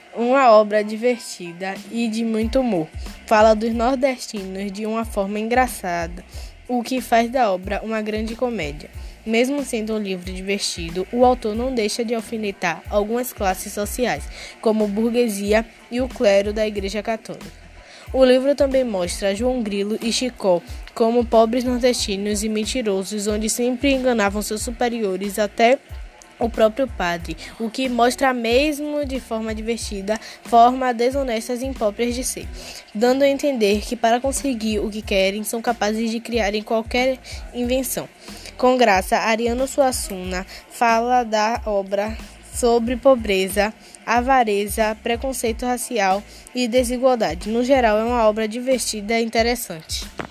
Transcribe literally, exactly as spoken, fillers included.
Uma obra divertida e de muito humor. Fala dos nordestinos de uma forma engraçada, o que faz da obra uma grande comédia. Mesmo sendo um livro divertido, o autor não deixa de alfinetar algumas classes sociais, como a burguesia e o clero da Igreja Católica. O livro também mostra João Grilo e Chicó como pobres nordestinos e mentirosos, onde sempre enganavam seus superiores até o próprio padre, o que mostra mesmo de forma divertida, forma desonestas e impróprias de ser, dando a entender que para conseguir o que querem são capazes de criarem qualquer invenção. Com graça, Ariano Suassuna fala da obra sobre pobreza, avareza, preconceito racial e desigualdade. No geral, é uma obra divertida e interessante.